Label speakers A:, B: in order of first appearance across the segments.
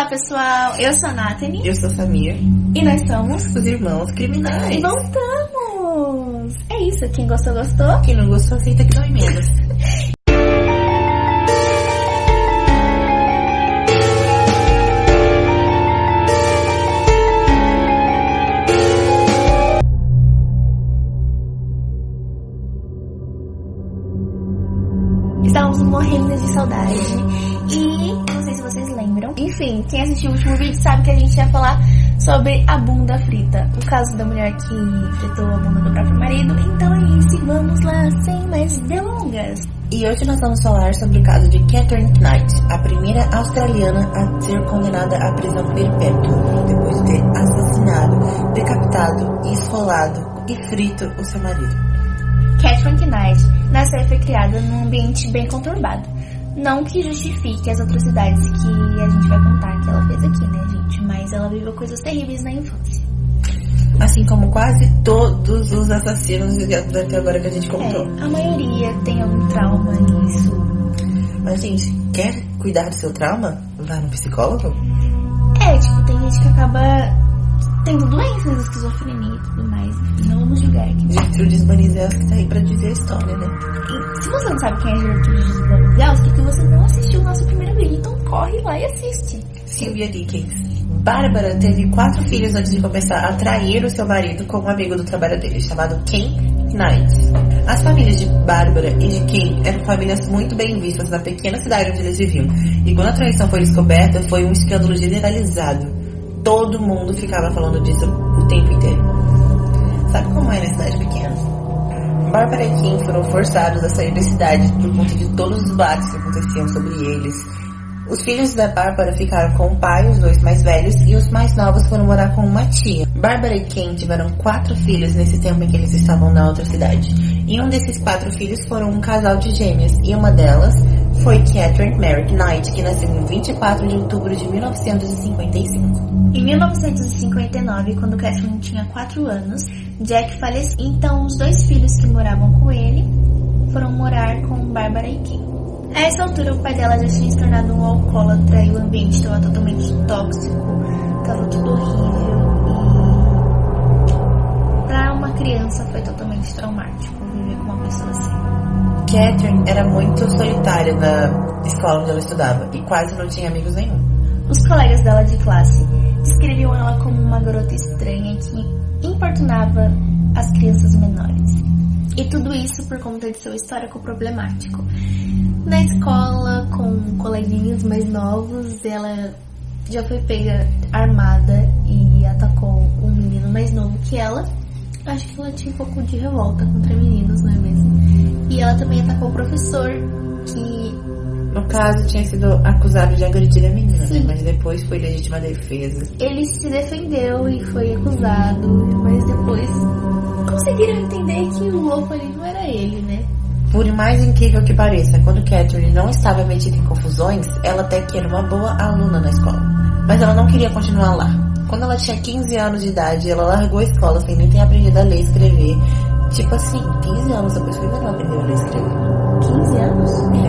A: Olá, pessoal. Eu sou a Nathalie.
B: Eu sou a Samir.
A: E nós somos
B: os Irmãos Criminais.
A: E voltamos! É isso. Quem gostou, gostou.
B: Quem não gostou, aceita que dói menos.
A: Estávamos morrendo de saudade. E não sei se vocês lembram. Enfim, quem assistiu o último vídeo sabe que a gente ia falar sobre a bunda frita. O caso da mulher que fritou a bunda do próprio marido. Então é isso, vamos lá, sem mais delongas.
B: E hoje nós vamos falar sobre o caso de Catherine Knight, a primeira australiana a ser condenada à prisão perpétua, depois de ter assassinado, decapitado, esfolado e frito o seu marido.
A: Catherine Knight nasceu e foi criada num ambiente bem conturbado. Não que justifique as atrocidades que a gente vai contar que ela fez aqui, né, gente? Mas ela viveu coisas terríveis na infância.
B: Assim como quase todos os assassinos até agora que a gente contou.
A: A maioria tem algum trauma nisso.
B: Mas, gente, quer cuidar do seu trauma? Vá no psicólogo?
A: Tem gente que acaba tendo doenças, esquizofrenia e tudo mais. Não vamos julgar aqui.
B: Gertrudes Banizelski tá aí pra dizer a história, né?
A: E se você não sabe quem é Gertrudes Banizelski, que você não assistiu o nosso primeiro vídeo, então corre lá e assiste.
B: Sylvia Dickens. Bárbara teve 4 filhos antes de começar a trair o seu marido com um amigo do trabalho dele, chamado Ken Knight. As famílias de Bárbara e de Ken eram famílias muito bem vistas na pequena cidade onde eles viviam. E quando a traição foi descoberta, foi um escândalo generalizado. Todo mundo ficava falando disso o tempo inteiro. Sabe como é na cidade pequena? Bárbara e Ken foram forçados a sair da cidade por conta de todos os boatos que aconteciam sobre eles. Os filhos da Bárbara ficaram com o pai, os 2 mais velhos, e os mais novos foram morar com uma tia. Bárbara e Ken tiveram 4 filhos nesse tempo em que eles estavam na outra cidade. E um desses 4 filhos foram um casal de gêmeas, e uma delas foi Catherine Mary Knight, que nasceu em 24 de outubro de 1955. Em 1959, quando Catherine tinha 4 anos, Jack faleceu. Então, os 2 filhos que moravam com ele foram morar com Bárbara e Ken. A essa altura, o pai dela já tinha se tornado um alcoólatra e o ambiente estava totalmente tóxico, estava tudo horrível e para uma criança foi totalmente traumático viver com uma pessoa assim. Catherine era muito solitária na escola onde ela estudava e quase não tinha amigos nenhum.
A: Os colegas dela de classe descreviam ela como uma garota estranha que importunava as crianças menores. E tudo isso por conta de seu histórico problemático. Na escola, com coleguinhas mais novos, ela já foi pega armada e atacou um menino mais novo que ela. Acho que ela tinha um pouco de revolta contra meninos, não é mesmo? E ela também atacou o professor, que...
B: No caso, tinha sido acusado de agredir a menina, né? Mas depois foi legítima defesa.
A: Ele se defendeu e foi acusado, mas depois conseguiram entender que o louco ali não era ele, né?
B: Por mais incrível que pareça, quando Catherine não estava metida em confusões, ela até que era uma boa aluna na escola. Mas ela não queria continuar lá. Quando ela tinha 15 anos de idade, ela largou a escola sem nem ter aprendido a ler e escrever. Tipo assim, 15 anos depois que ela não aprendeu a ler e escrever.
A: 15 anos?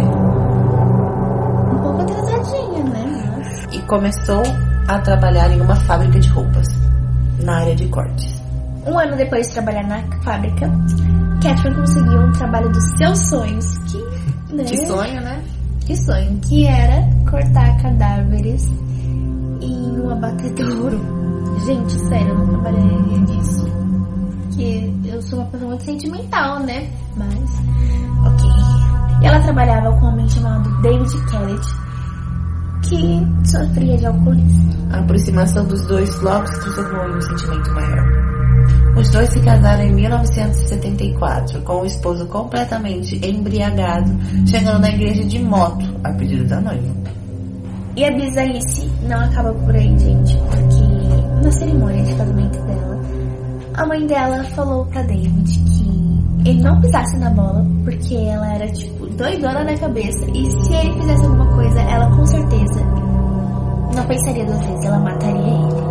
B: É.
A: Um pouco atrasadinha, né?
B: E começou a trabalhar em uma fábrica de roupas, na área de cortes.
A: Um ano depois de trabalhar na fábrica, Catherine conseguiu um trabalho dos seus sonhos.
B: Que sonho, né?
A: Que sonho, que era cortar cadáveres em um abatedouro. Gente, sério, eu não trabalharia disso. Porque eu sou uma pessoa muito sentimental, né? Mas, ok. E ela trabalhava com um homem chamado David Kellett, que sofria de alcoolismo.
B: A aproximação dos dois logo se transformou em um sentimento maior. Os dois se casaram em 1974, com o esposo completamente embriagado, chegando na igreja de moto, a pedido da noiva.
A: E a bizarrice não acaba por aí, gente, porque na cerimônia de casamento dela, a mãe dela falou pra David que ele não pisasse na bola, porque ela era, doidona na cabeça, e se ele fizesse alguma coisa, ela com certeza não pensaria 2 vezes, ela mataria ele.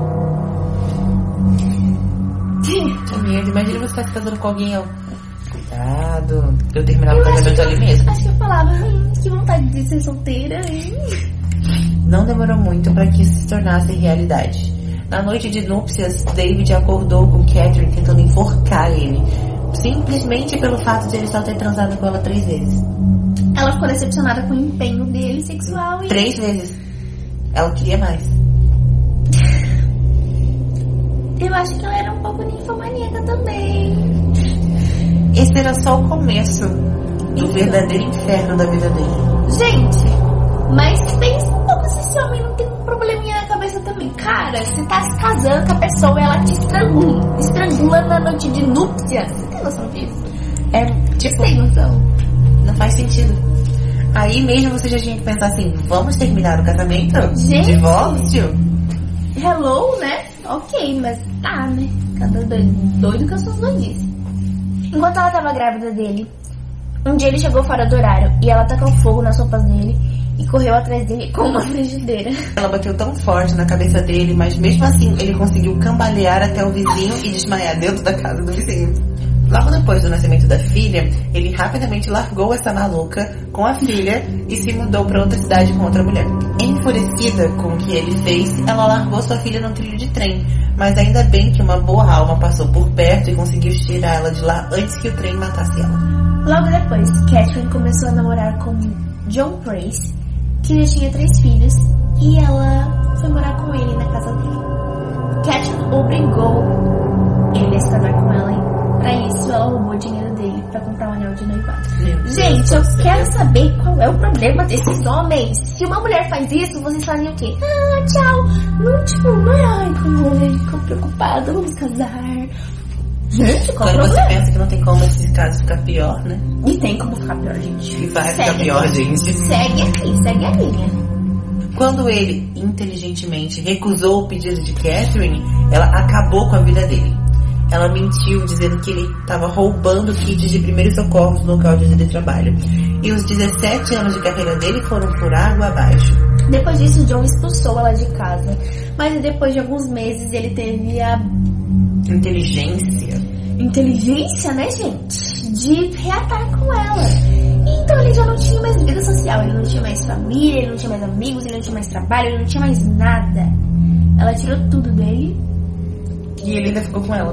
B: Que medo, imagina você estar se casando com alguém, cuidado, eu terminava o casamento ali mesmo.
A: Acho que eu falava, que vontade de ser solteira, hein?
B: não demorou muito para que isso se tornasse realidade. Na noite de núpcias, David acordou com Catherine tentando enforcar ele, simplesmente pelo fato de ele só ter transado com ela 3 vezes.
A: Ela ficou decepcionada com o empenho dele sexual e...
B: 3 vezes. Ela queria mais.
A: Eu acho que ela era um pouco ninfomaníaca também.
B: Esse era só o começo do verdadeiro inferno da vida dele.
A: Gente, mas pensa um pouco se esse homem não tem um probleminha na cabeça também. Cara, você tá se casando com a pessoa e ela te estrangula na noite de núpcias. Você tem noção disso?
B: É, tipo...
A: Tem noção.
B: Não faz sentido. Aí mesmo você já tinha que pensar assim, vamos terminar o casamento?
A: Gente.
B: Divórcio?
A: Hello, né? Ok, mas tá, né? Cada doido com as suas doidices. Enquanto ela tava grávida dele, um dia ele chegou fora do horário e ela tacou fogo nas roupas dele e correu atrás dele com uma frigideira.
B: Ela bateu tão forte na cabeça dele, mas mesmo assim ele conseguiu cambalear até o vizinho e desmaiar dentro da casa do vizinho. Logo depois do nascimento da filha, ele rapidamente largou essa maluca com a filha e se mudou para outra cidade com outra mulher. Enfurecida com o que ele fez, ela largou sua filha no trilho de trem, mas ainda bem que uma boa alma passou por perto e conseguiu tirar ela de lá antes que o trem matasse ela.
A: Logo depois, Catherine começou a namorar com John Price, que já tinha 3 filhos, e ela foi morar com ele na casa dele. Catherine obrigou ele a se casar com ela, e pra isso ela roubou o dinheiro dele pra comprar um anel de noivado. Gente, eu quero saber qual é o problema desses homens. Se uma mulher faz isso, vocês fazem o quê? Ah, tchau. Não, tipo, ai, como ele ficou preocupado, vamos casar. Gente, qual
B: Quando
A: o
B: você
A: problema?
B: pensa que não tem como esse caso ficar pior, né?
A: E tem como ficar pior, gente.
B: E vai ficar pior, gente.
A: Segue a linha.
B: Quando ele, inteligentemente, recusou o pedido de Catherine, ela acabou com a vida dele. Ela mentiu, dizendo que ele estava roubando kits de primeiros socorros no local onde ele trabalha. E os 17 anos de carreira dele foram por água abaixo.
A: Depois disso, John expulsou ela de casa. Mas depois de alguns meses, ele teve a inteligência, né, gente? De reatar com ela. Então ele já não tinha mais vida social. Ele não tinha mais família, ele não tinha mais amigos, ele não tinha mais trabalho, ele não tinha mais nada. Ela tirou tudo dele.
B: E ele ainda ficou com ela.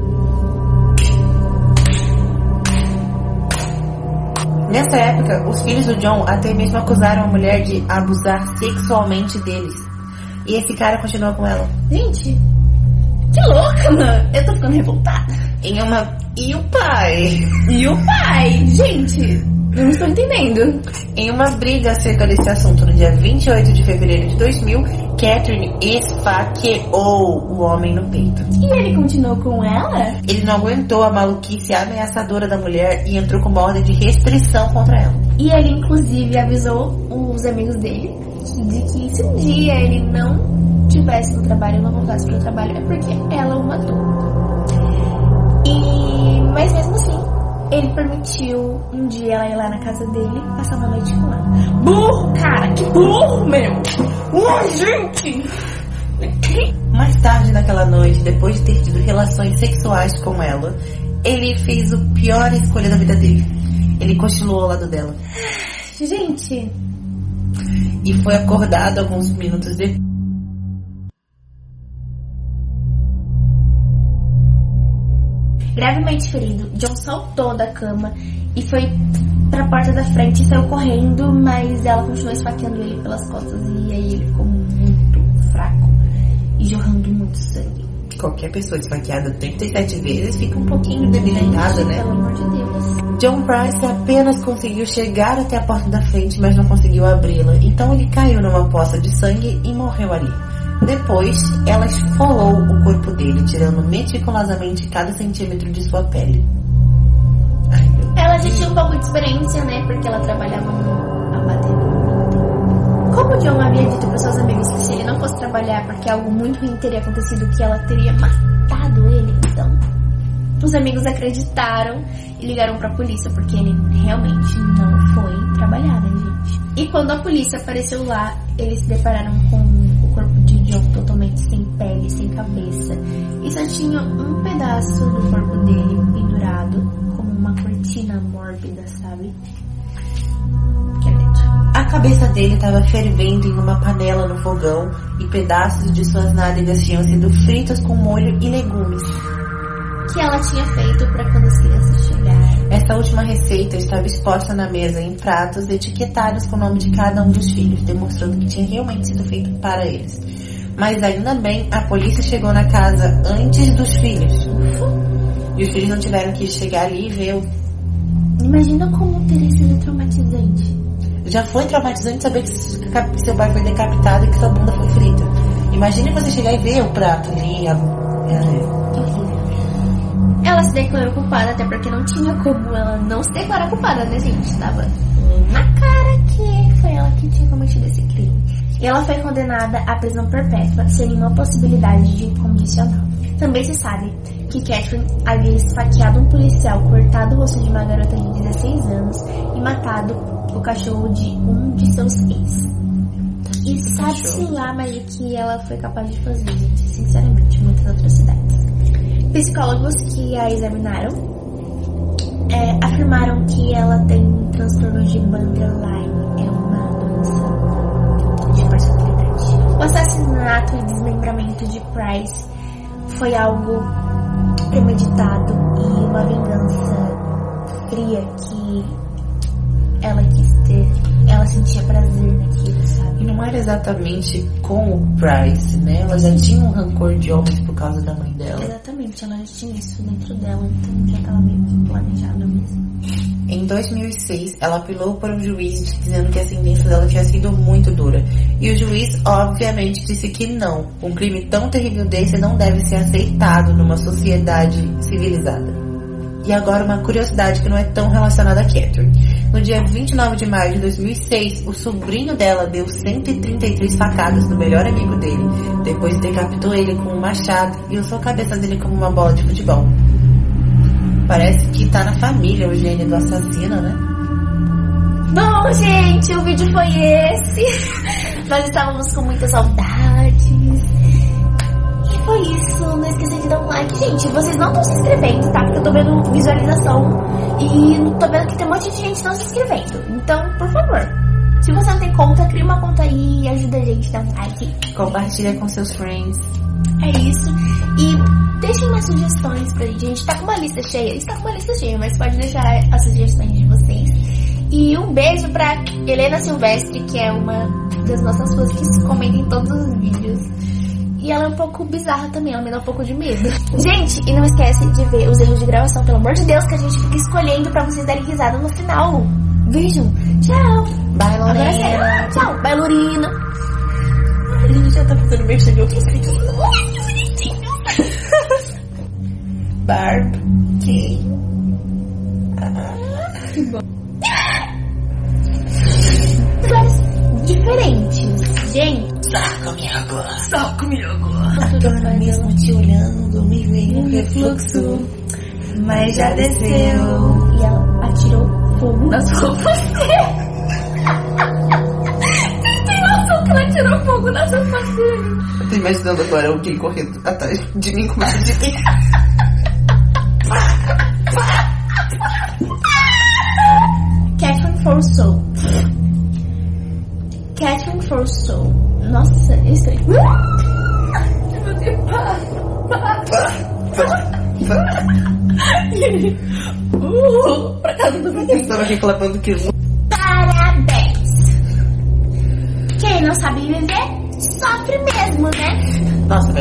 B: Nessa época, os filhos do John até mesmo acusaram a mulher de abusar sexualmente deles. E esse cara continuou com ela.
A: Gente, que louca, mano. Eu tô ficando revoltada.
B: E o pai?
A: Gente, não estou entendendo.
B: Em uma briga acerca desse assunto no dia 28 de fevereiro de 2000, Catherine esfaqueou o homem no peito.
A: E ele continuou com ela?
B: Ele não aguentou a maluquice ameaçadora da mulher e entrou com uma ordem de restrição contra ela.
A: E ele, inclusive, avisou os amigos dele de que se um dia ele não tivesse no trabalho, não voltasse pro trabalho, é porque ela o matou. Mas mesmo assim, ele permitiu um dia ela ir lá na casa dele passar uma noite com ela. Burro, cara, que burro, meu! Gente!
B: Mais tarde naquela noite, depois de ter tido relações sexuais com ela, ele fez a pior escolha da vida dele. Ele cochilou ao lado dela.
A: Gente!
B: E foi acordado alguns minutos depois.
A: Gravemente ferido, John saltou da cama e foi pra porta da frente e saiu correndo, mas ela continuou esfaqueando ele pelas costas e aí ele ficou muito fraco e jorrando muito sangue.
B: Qualquer pessoa esfaqueada 37 vezes fica um pouquinho debilitada, né?
A: Pelo amor de Deus.
B: John Price apenas conseguiu chegar até a porta da frente, mas não conseguiu abri-la. Então ele caiu numa poça de sangue e morreu ali. Depois, ela esfolou o corpo dele, tirando meticulosamente cada centímetro de sua pele.
A: Ela já tinha um pouco de experiência, né? Porque ela trabalhava no abatedor. Como o John havia dito para seus amigos que se ele não fosse trabalhar porque algo muito ruim teria acontecido, que ela teria matado ele, então os amigos acreditaram e ligaram pra polícia, porque ele realmente não foi trabalhar, né, gente? E quando a polícia apareceu lá, eles se depararam com o corpo de John totalmente sem pele, sem cabeça, e só tinha um pedaço do corpo dele pendurado como uma cortina mórbida, sabe?
B: cabeça dele estava fervendo em uma panela no fogão e pedaços de suas nádegas tinham sido fritos com molho e legumes.
A: Que ela tinha feito para quando as crianças chegaram.
B: Essa última receita estava exposta na mesa em pratos etiquetados com o nome de cada um dos filhos, demonstrando que tinha realmente sido feito para eles. Mas ainda bem, a polícia chegou na casa antes dos filhos. E os filhos não tiveram que chegar ali e ver.
A: Imagina como teria sido traumatizante.
B: Já foi traumatizante saber que seu pai foi decapitado e que sua bunda foi frita. Imagine você chegar e ver o prato ali.
A: Ela se declarou culpada, até porque não tinha como ela não se declarar culpada, né, gente? Tava na cara que foi ela que tinha cometido esse crime. E ela foi condenada à prisão perpétua, sem nenhuma possibilidade de condicional. Também se sabe que Catherine havia esfaqueado um policial, cortado o rosto de uma garota de 16 anos e matado o cachorro de um de seus ex. E sabe-se lá mais o que ela foi capaz de fazer, gente. Sinceramente, muitas atrocidades. Psicólogos que a examinaram afirmaram que ela tem transtorno de borderline, é uma doença de personalidade. O assassinato e desmembramento de Price foi algo premeditado e uma vingança fria que ela quis ter. Ela sentia prazer naquilo, sabe?
B: E não era exatamente com o Price, né? Ela já tinha um rancor de homens por causa da mãe dela.
A: Exatamente, ela já tinha isso dentro dela, então já estava meio que planejada mesmo.
B: Em 2006, ela apelou para um juiz dizendo que a sentença dela tinha sido muito dura. E o juiz, obviamente, disse que não. Um crime tão terrível desse não deve ser aceitado numa sociedade civilizada. E agora uma curiosidade que não é tão relacionada a Catherine. No dia 29 de maio de 2006, o sobrinho dela deu 133 facadas no melhor amigo dele. Depois decapitou ele com um machado e usou a cabeça dele como uma bola de futebol. Parece que tá na família o gênio do assassino, né?
A: Bom, gente, o vídeo foi esse. Nós estávamos com muitas saudades. E foi isso. Não esqueça de dar um like. Gente, vocês não estão se inscrevendo, tá? Porque eu tô vendo visualização e tô vendo que tem um monte de gente não se inscrevendo. Então, por favor, se você não tem conta, cria uma conta aí e ajuda a gente a dar um like.
B: Compartilha com seus friends.
A: É isso. E deixem umas sugestões pra gente. A gente tá com uma lista cheia. Está com uma lista cheia, mas pode deixar as sugestões de vocês. E um beijo pra Helena Silvestre, que é uma das nossas fãs que comenta em todos os vídeos. E ela é um pouco bizarra também, ela me dá um pouco de medo. Gente, e não esquece de ver os erros de gravação, pelo amor de Deus, que a gente fica escolhendo pra vocês darem risada no final. Vejam. Tchau.
B: Bye, Lorena.
A: Agora é sério. Tchau. Bye, Lorena.
B: A gente já tá fazendo merchan de outros vídeos. Barb. Que
A: bom. Diferentes, gente.
B: Só comigo. A dona mesmo te olhando, me veio um refluxo, mas já desceu.
A: E ela atirou fogo nas roupas dele. Vocês têm noção que ela atirou fogo nas roupas dele?
B: Eu tô imaginando agora alguém correndo atrás de mim com medo de mim.
A: Catherine Forsoul. Catherine Forsoul. Nossa, isso aí. Meu Deus, pra casa do
B: Eu estava reclamando que...
A: Parabéns! Quem não sabe viver, sofre mesmo, né?
B: Nossa,